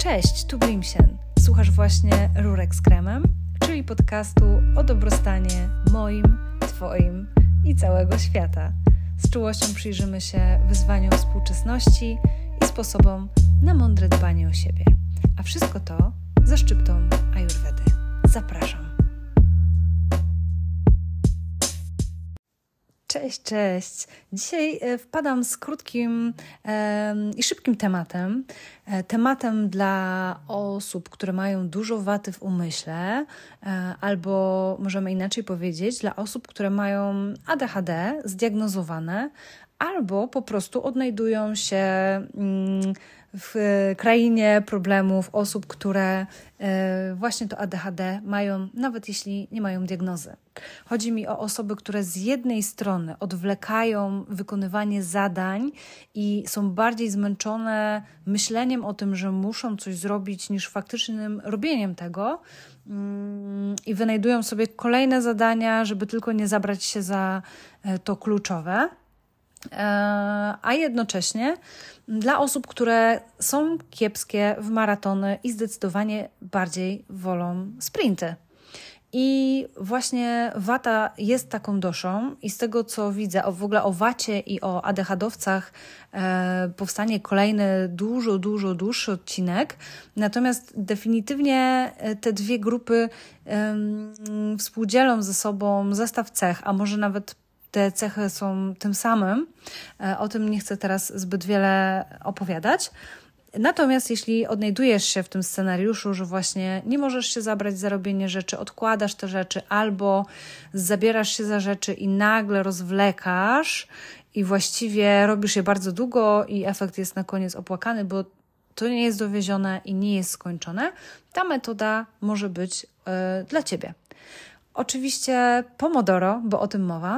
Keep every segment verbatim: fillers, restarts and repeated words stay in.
Cześć, tu Grimsien. Słuchasz właśnie Rurek z kremem, czyli podcastu o dobrostanie moim, Twoim i całego świata. Z czułością przyjrzymy się wyzwaniom współczesności i sposobom na mądre dbanie o siebie. A wszystko to ze szczyptą Ajurwedy. Zapraszam. Cześć, cześć. Dzisiaj wpadam z krótkim e, i szybkim tematem. E, tematem dla osób, które mają dużo waty w umyśle, e, albo możemy inaczej powiedzieć, dla osób, które mają A D H D zdiagnozowane, albo po prostu odnajdują się mm, w krainie problemów osób, które e, właśnie to A D H D mają, nawet jeśli nie mają diagnozy. Chodzi mi o osoby, które z jednej strony odwlekają wykonywanie zadań i są bardziej zmęczone myśleniem o tym, że muszą coś zrobić, niż faktycznym robieniem tego mm, i wynajdują sobie kolejne zadania, żeby tylko nie zabrać się za to kluczowe. A jednocześnie dla osób, które są kiepskie w maratony i zdecydowanie bardziej wolą sprinty. I właśnie wata jest taką doszą i z tego, co widzę, o, w ogóle o wacie i o A D H D-owcach e, powstanie kolejny dużo, dużo dłuższy odcinek. Natomiast definitywnie te dwie grupy e, współdzielą ze sobą zestaw cech, a może nawet te cechy są tym samym. O tym nie chcę teraz zbyt wiele opowiadać. Natomiast jeśli odnajdujesz się w tym scenariuszu, że właśnie nie możesz się zabrać za robienie rzeczy, odkładasz te rzeczy albo zabierasz się za rzeczy i nagle rozwlekasz i właściwie robisz je bardzo długo i efekt jest na koniec opłakany, bo to nie jest dowiezione i nie jest skończone, ta metoda może być yy, dla Ciebie. Oczywiście Pomodoro, bo o tym mowa,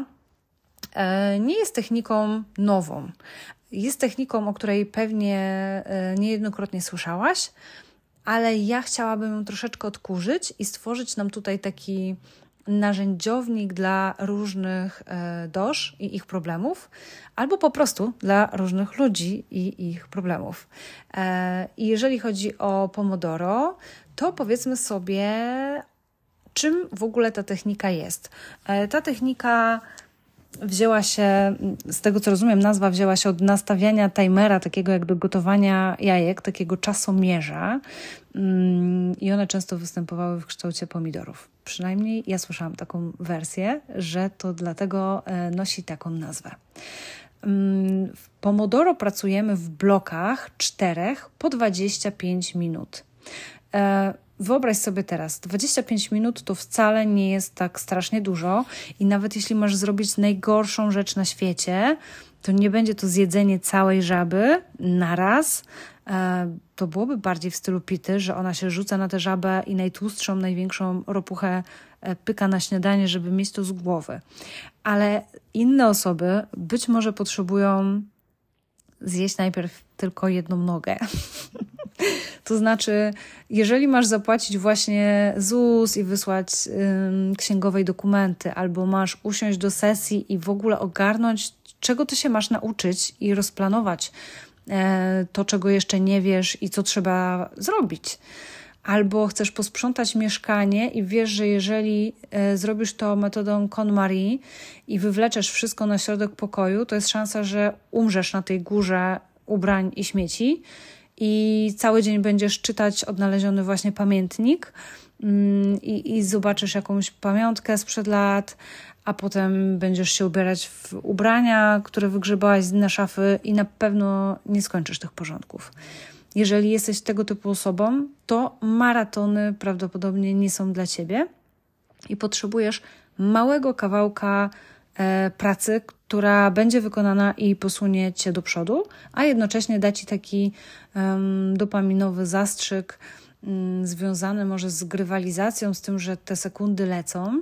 nie jest techniką nową. Jest techniką, o której pewnie niejednokrotnie słyszałaś, ale ja chciałabym ją troszeczkę odkurzyć i stworzyć nam tutaj taki narzędziownik dla różnych dosz i ich problemów, albo po prostu dla różnych ludzi i ich problemów. I jeżeli chodzi o Pomodoro, to powiedzmy sobie, czym w ogóle ta technika jest. Ta technika wzięła się, z tego co rozumiem, nazwa wzięła się od nastawiania timera, takiego jak do gotowania jajek, takiego czasomierza i one często występowały w kształcie pomidorów. Przynajmniej ja słyszałam taką wersję, że to dlatego nosi taką nazwę. W Pomodoro pracujemy w blokach czterech po dwadzieścia pięć minut. Wyobraź sobie teraz, dwadzieścia pięć minut to wcale nie jest tak strasznie dużo i nawet jeśli masz zrobić najgorszą rzecz na świecie, to nie będzie to zjedzenie całej żaby naraz. To byłoby bardziej w stylu Pity, że ona się rzuca na tę żabę i najtłustszą, największą ropuchę pyka na śniadanie, żeby mieć to z głowy. Ale inne osoby być może potrzebują zjeść najpierw tylko jedną nogę. To znaczy, jeżeli masz zapłacić właśnie ZUS i wysłać ym, księgowej dokumenty, albo masz usiąść do sesji i w ogóle ogarnąć, czego ty się masz nauczyć i rozplanować e, to, czego jeszcze nie wiesz i co trzeba zrobić. Albo chcesz posprzątać mieszkanie i wiesz, że jeżeli e, zrobisz to metodą KonMari i wywleczesz wszystko na środek pokoju, to jest szansa, że umrzesz na tej górze ubrań i śmieci i cały dzień będziesz czytać odnaleziony właśnie pamiętnik mm, i, i zobaczysz jakąś pamiątkę sprzed lat, a potem będziesz się ubierać w ubrania, które wygrzebałaś z dna szafy i na pewno nie skończysz tych porządków. Jeżeli jesteś tego typu osobą, to maratony prawdopodobnie nie są dla Ciebie i potrzebujesz małego kawałka e, pracy, która będzie wykonana i posunie Cię do przodu, a jednocześnie da Ci taki um, dopaminowy zastrzyk um, związany może z grywalizacją, z tym, że te sekundy lecą.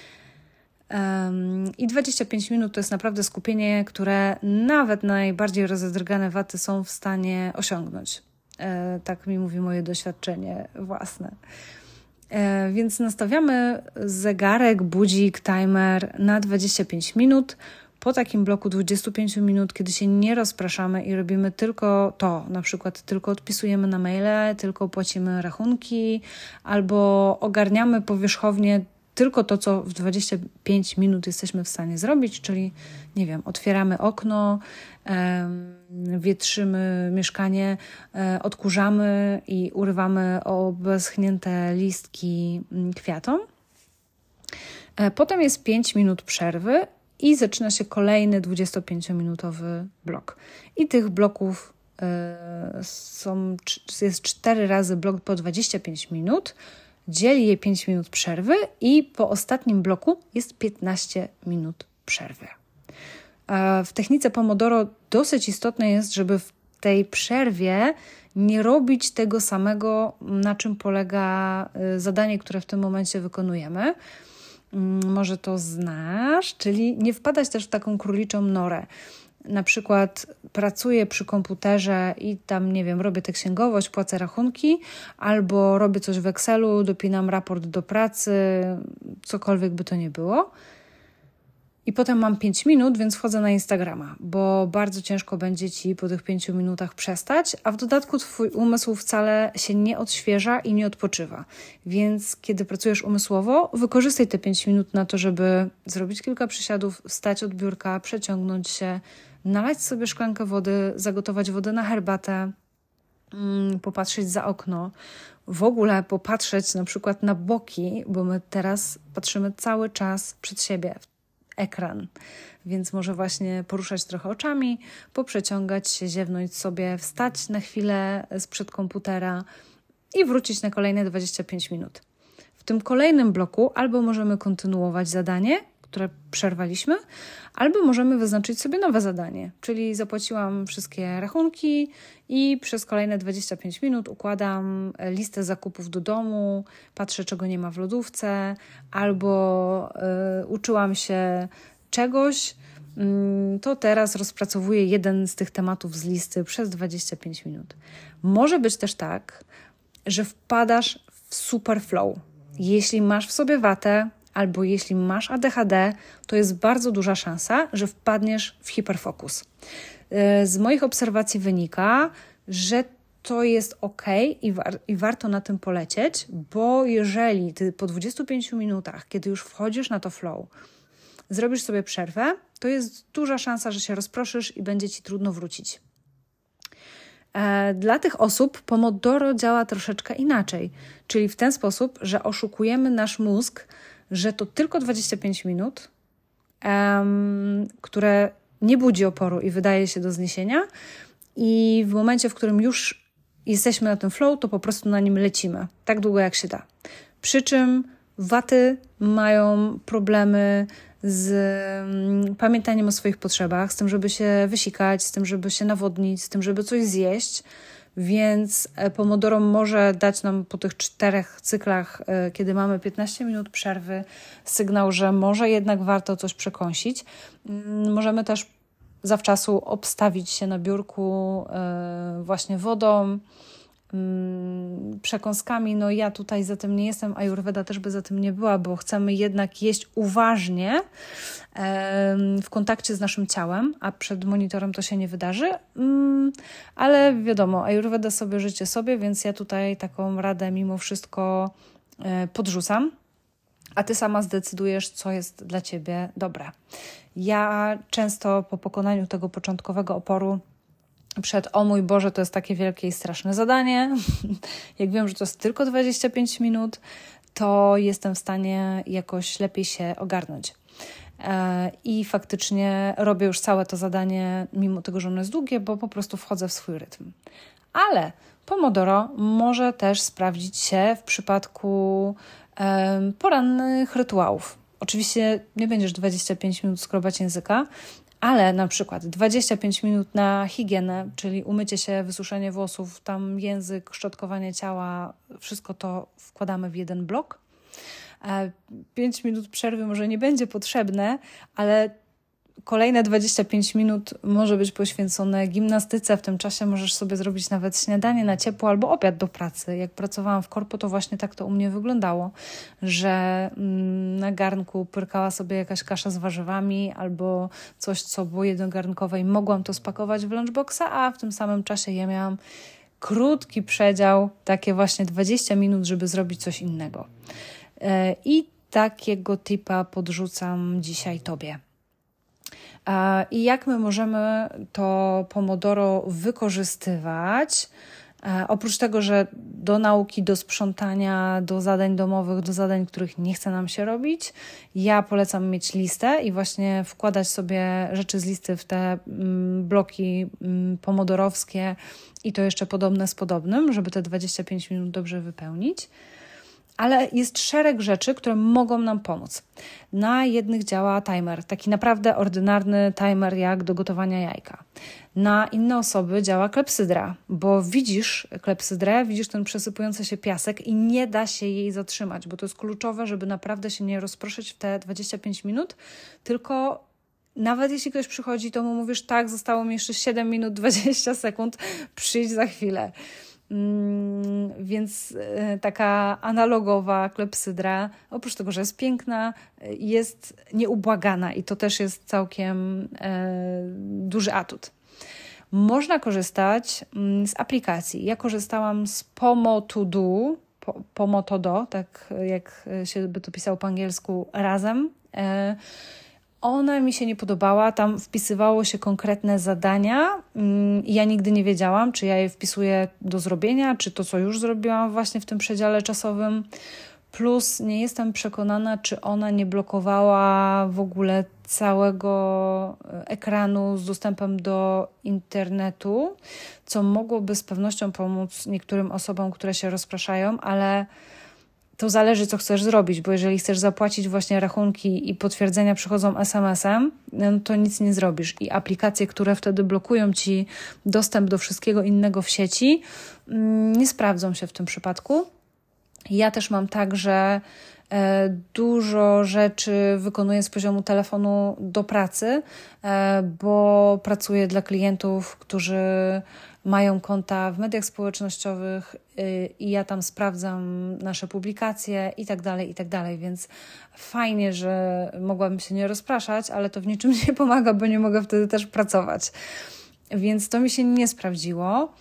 Um, I dwadzieścia pięć minut to jest naprawdę skupienie, które nawet najbardziej rozedrgane waty są w stanie osiągnąć. E, tak mi mówi moje doświadczenie własne. E, więc nastawiamy zegarek, budzik, timer na dwadzieścia pięć minut. Po takim bloku dwudziestu pięciu minut, kiedy się nie rozpraszamy i robimy tylko to, na przykład tylko odpisujemy na maile, tylko płacimy rachunki albo ogarniamy powierzchownie tylko to, co w dwadzieścia pięć minut jesteśmy w stanie zrobić, czyli, nie wiem, otwieramy okno, wietrzymy mieszkanie, odkurzamy i urywamy obeschnięte listki kwiatom. Potem jest pięć minut przerwy i zaczyna się kolejny dwudziestopięciominutowy blok. I tych bloków są, jest cztery razy blok po dwadzieścia pięć minut, dzieli je pięć minut przerwy i po ostatnim bloku jest piętnaście minut przerwy. W technice Pomodoro dosyć istotne jest, żeby w tej przerwie nie robić tego samego, na czym polega zadanie, które w tym momencie wykonujemy. Może to znasz, czyli nie wpadać też w taką króliczą norę. Na przykład pracuję przy komputerze i tam, nie wiem, robię tę księgowość, płacę rachunki, albo robię coś w Excelu, dopinam raport do pracy, cokolwiek by to nie było. I potem mam pięć minut, więc wchodzę na Instagrama, bo bardzo ciężko będzie Ci po tych pięciu minutach przestać, a w dodatku Twój umysł wcale się nie odświeża i nie odpoczywa. Więc kiedy pracujesz umysłowo, wykorzystaj te pięć minut na to, żeby zrobić kilka przysiadów, wstać od biurka, przeciągnąć się, nalać sobie szklankę wody, zagotować wodę na herbatę, mm, popatrzeć za okno, w ogóle popatrzeć na przykład na boki, bo my teraz patrzymy cały czas przed siebie, ekran, więc może właśnie poruszać trochę oczami, poprzeciągać się, ziewnąć sobie, wstać na chwilę sprzed komputera i wrócić na kolejne dwadzieścia pięć minut. W tym kolejnym bloku albo możemy kontynuować zadanie, które przerwaliśmy, albo możemy wyznaczyć sobie nowe zadanie, czyli zapłaciłam wszystkie rachunki i przez kolejne dwadzieścia pięć minut układam listę zakupów do domu, patrzę, czego nie ma w lodówce, albo y, uczyłam się czegoś, y, to teraz rozpracowuję jeden z tych tematów z listy przez dwadzieścia pięć minut. Może być też tak, że wpadasz w super flow. Jeśli masz w sobie watę, albo jeśli masz A D H D, to jest bardzo duża szansa, że wpadniesz w hiperfokus. Z moich obserwacji wynika, że to jest ok i, war- i warto na tym polecieć, bo jeżeli ty po dwudziestu pięciu minutach, kiedy już wchodzisz na to flow, zrobisz sobie przerwę, to jest duża szansa, że się rozproszysz i będzie ci trudno wrócić. Dla tych osób Pomodoro działa troszeczkę inaczej, czyli w ten sposób, że oszukujemy nasz mózg, że to tylko dwadzieścia pięć minut, um, które nie budzi oporu i wydaje się do zniesienia i w momencie, w którym już jesteśmy na tym flow, to po prostu na nim lecimy, tak długo jak się da. Przy czym waty mają problemy z um, pamiętaniem o swoich potrzebach, z tym, żeby się wysikać, z tym, żeby się nawodnić, z tym, żeby coś zjeść, więc Pomodoro może dać nam po tych czterech cyklach, kiedy mamy piętnaście minut przerwy, sygnał, że może jednak warto coś przekąsić. Możemy też zawczasu obstawić się na biurku właśnie wodą, przekąskami. No ja tutaj za tym nie jestem, Ayurveda też by za tym nie była, bo chcemy jednak jeść uważnie w kontakcie z naszym ciałem, a przed monitorem to się nie wydarzy, ale wiadomo, Ayurveda sobie, życie sobie, więc ja tutaj taką radę mimo wszystko podrzucam, a ty sama zdecydujesz, co jest dla ciebie dobre. Ja często po pokonaniu tego początkowego oporu przed, o mój Boże, to jest takie wielkie i straszne zadanie. Jak wiem, że to jest tylko dwadzieścia pięć minut, to jestem w stanie jakoś lepiej się ogarnąć. I faktycznie robię już całe to zadanie, mimo tego, że ono jest długie, bo po prostu wchodzę w swój rytm. Ale Pomodoro może też sprawdzić się w przypadku um, porannych rytuałów. Oczywiście nie będziesz dwadzieścia pięć minut skrobać języka, ale na przykład dwadzieścia pięć minut na higienę, czyli umycie się, wysuszenie włosów, tam język, szczotkowanie ciała, wszystko to wkładamy w jeden blok. pięć minut przerwy może nie będzie potrzebne, ale kolejne dwadzieścia pięć minut może być poświęcone gimnastyce. W tym czasie możesz sobie zrobić nawet śniadanie na ciepło albo obiad do pracy. Jak pracowałam w korpo, to właśnie tak to u mnie wyglądało, że na garnku pyrkała sobie jakaś kasza z warzywami albo coś, co było jednogarnkowe i mogłam to spakować w lunchboxa, a w tym samym czasie ja miałam krótki przedział, takie właśnie dwadzieścia minut, żeby zrobić coś innego. I takiego tipa podrzucam dzisiaj Tobie. I jak my możemy to Pomodoro wykorzystywać? Oprócz tego, że do nauki, do sprzątania, do zadań domowych, do zadań, których nie chce nam się robić, ja polecam mieć listę i właśnie wkładać sobie rzeczy z listy w te bloki pomodorowskie i to jeszcze podobne z podobnym, żeby te dwadzieścia pięć minut dobrze wypełnić. Ale jest szereg rzeczy, które mogą nam pomóc. Na jednych działa timer, taki naprawdę ordynarny timer jak do gotowania jajka. Na inne osoby działa klepsydra, bo widzisz klepsydrę, widzisz ten przesypujący się piasek i nie da się jej zatrzymać, bo to jest kluczowe, żeby naprawdę się nie rozproszyć w te dwadzieścia pięć minut, tylko nawet jeśli ktoś przychodzi, to mu mówisz tak, zostało mi jeszcze siedem minut, dwadzieścia sekund, przyjdź za chwilę. Mm, więc y, taka analogowa klepsydra, oprócz tego, że jest piękna, jest nieubłagana i to też jest całkiem y, duży atut. Można korzystać y, z aplikacji. Ja korzystałam z Pomotodo, po, Pomotodo, tak jak się by to pisało po angielsku, razem. Y, Ona mi się nie podobała, tam wpisywało się konkretne zadania i ja nigdy nie wiedziałam, czy ja je wpisuję do zrobienia, czy to, co już zrobiłam właśnie w tym przedziale czasowym. Plus nie jestem przekonana, czy ona nie blokowała w ogóle całego ekranu z dostępem do internetu, co mogłoby z pewnością pomóc niektórym osobom, które się rozpraszają, ale to zależy, co chcesz zrobić, bo jeżeli chcesz zapłacić właśnie rachunki i potwierdzenia przychodzą es em esem, no to nic nie zrobisz. I aplikacje, które wtedy blokują Ci dostęp do wszystkiego innego w sieci, nie sprawdzą się w tym przypadku. Ja też mam tak, że dużo rzeczy wykonuję z poziomu telefonu do pracy, bo pracuję dla klientów, którzy mają konta w mediach społecznościowych i ja tam sprawdzam nasze publikacje i tak dalej, i tak dalej, więc fajnie, że mogłabym się nie rozpraszać, ale to w niczym nie pomaga, bo nie mogę wtedy też pracować. Więc to mi się nie sprawdziło.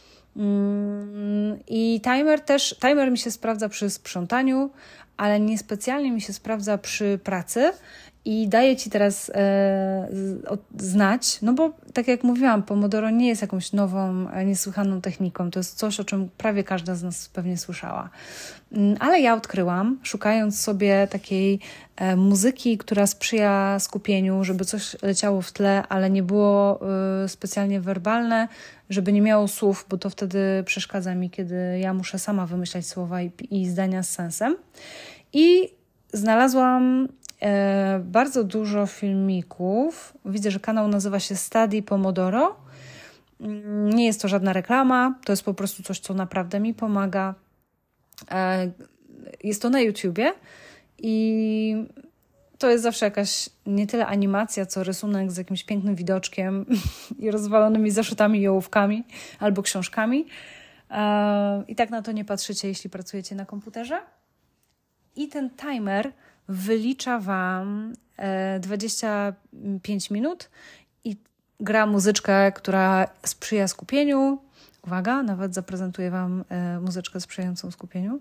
I timer też, timer mi się sprawdza przy sprzątaniu, ale niespecjalnie mi się sprawdza przy pracy i daję Ci teraz e, znać, no bo tak jak mówiłam, Pomodoro nie jest jakąś nową, niesłychaną techniką, to jest coś, o czym prawie każda z nas pewnie słyszała. Ale ja odkryłam, szukając sobie takiej e, muzyki, która sprzyja skupieniu, żeby coś leciało w tle, ale nie było e, specjalnie werbalne, żeby nie miało słów, bo to wtedy przeszkadza mi, kiedy ja muszę sama wymyślać słowa i, i zdania z sensem. I znalazłam e, bardzo dużo filmików. Widzę, że kanał nazywa się Study Pomodoro. Nie jest to żadna reklama, to jest po prostu coś, co naprawdę mi pomaga. E, jest to na YouTubie i to jest zawsze jakaś nie tyle animacja, co rysunek z jakimś pięknym widoczkiem i rozwalonymi zeszytami i ołówkami albo książkami. E, I tak na to nie patrzycie, jeśli pracujecie na komputerze. I ten timer wylicza Wam e, dwadzieścia pięć minut i gra muzyczkę, która sprzyja skupieniu. Uwaga, nawet zaprezentuję Wam e, muzyczkę sprzyjającą skupieniu.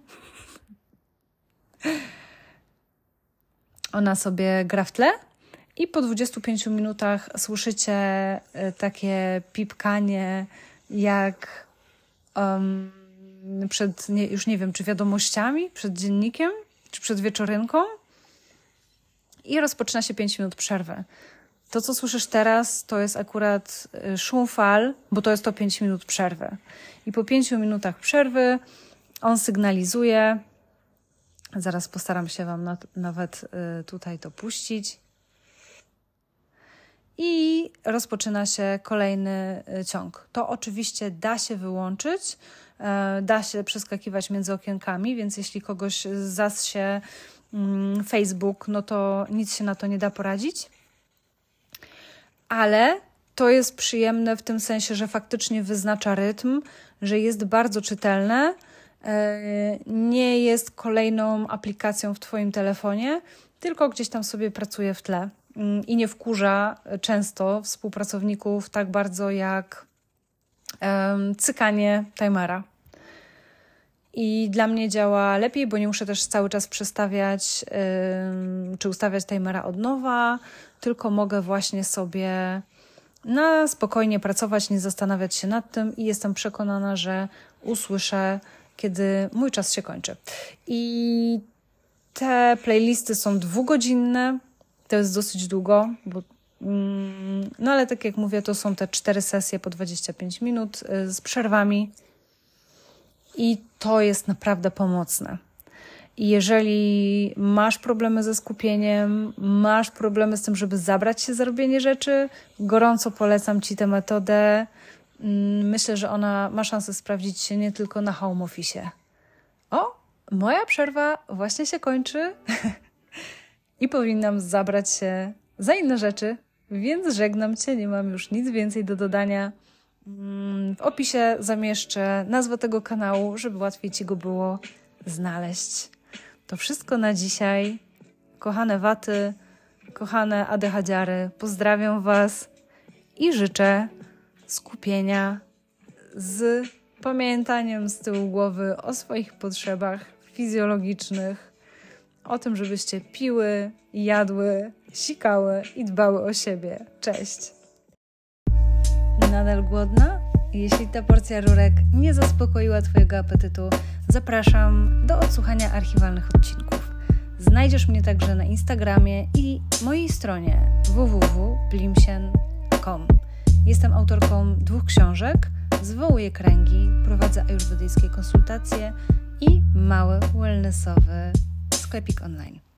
Ona sobie gra w tle i po dwudziestu pięciu minutach słyszycie e, takie pipkanie jak um, przed, nie, już nie wiem, czy wiadomościami, przed dziennikiem, czy przed wieczorynką i rozpoczyna się pięć minut przerwy. To, co słyszysz teraz, to jest akurat szum fal, bo to jest to pięć minut przerwy. I po pięciu minutach przerwy on sygnalizuje, zaraz postaram się Wam na, nawet tutaj to puścić, i rozpoczyna się kolejny ciąg. To oczywiście da się wyłączyć, da się przeskakiwać między okienkami, więc jeśli kogoś zassie Facebook, no to nic się na to nie da poradzić. ale to jest przyjemne w tym sensie, że faktycznie wyznacza rytm, że jest bardzo czytelne, nie jest kolejną aplikacją w Twoim telefonie, tylko gdzieś tam sobie pracuje w tle i nie wkurza często współpracowników tak bardzo jak um, cykanie timera. I dla mnie działa lepiej, bo nie muszę też cały czas przestawiać um, czy ustawiać timera od nowa, tylko mogę właśnie sobie na spokojnie pracować, nie zastanawiać się nad tym i jestem przekonana, że usłyszę, kiedy mój czas się kończy. I te playlisty są dwugodzinne, to jest dosyć długo, bo, mm, no ale tak jak mówię, to są te cztery sesje po dwadzieścia pięć minut y, z przerwami i to jest naprawdę pomocne. I jeżeli masz problemy ze skupieniem, masz problemy z tym, żeby zabrać się za robienie rzeczy, gorąco polecam Ci tę metodę. Myślę, że ona ma szansę sprawdzić się nie tylko na home office. O, moja przerwa właśnie się kończy i powinnam zabrać się za inne rzeczy, więc żegnam Cię, nie mam już nic więcej do dodania. W opisie zamieszczę nazwę tego kanału, żeby łatwiej Ci go było znaleźć. To wszystko na dzisiaj. Kochane waty, kochane adehadziary, pozdrawiam Was i życzę skupienia z pamiętaniem z tyłu głowy o swoich potrzebach fizjologicznych, o tym, żebyście piły, jadły, sikały i dbały o siebie. Cześć! Nadal głodna? Jeśli ta porcja rurek nie zaspokoiła Twojego apetytu, zapraszam do odsłuchania archiwalnych odcinków. Znajdziesz mnie także na Instagramie i mojej stronie w w w kropka blimsien kropka com. Jestem autorką dwóch książek, zwołuję kręgi, prowadzę ajurwedyjskie konsultacje i mały wellnessowy sklepik online.